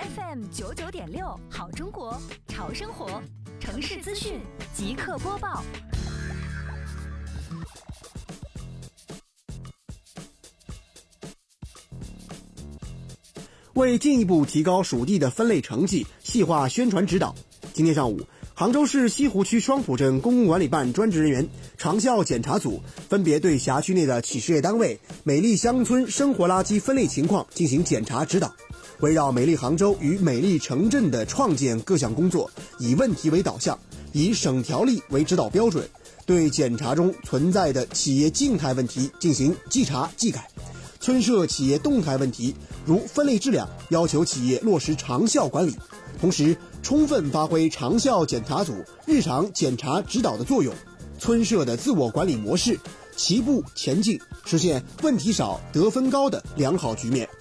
FM99.6好中国潮生活，城市资讯即刻播报。 为进一步提高属地的分类成绩，细化宣传指导，今天上午，杭州市西湖区双浦镇公共管理办专职人员、长效检查组分别对辖区内的企事业单位美丽乡村生活垃圾分类情况进行检查指导，围绕美丽杭州与美丽城镇的创建各项工作，以问题为导向，以省条例为指导标准，对检查中存在的企业静态问题进行稽查稽改。村社企业动态问题，如分类质量，要求企业落实长效管理，同时充分发挥长效检查组日常检查指导的作用，村社的自我管理模式齐步前进，实现问题少得分高的良好局面。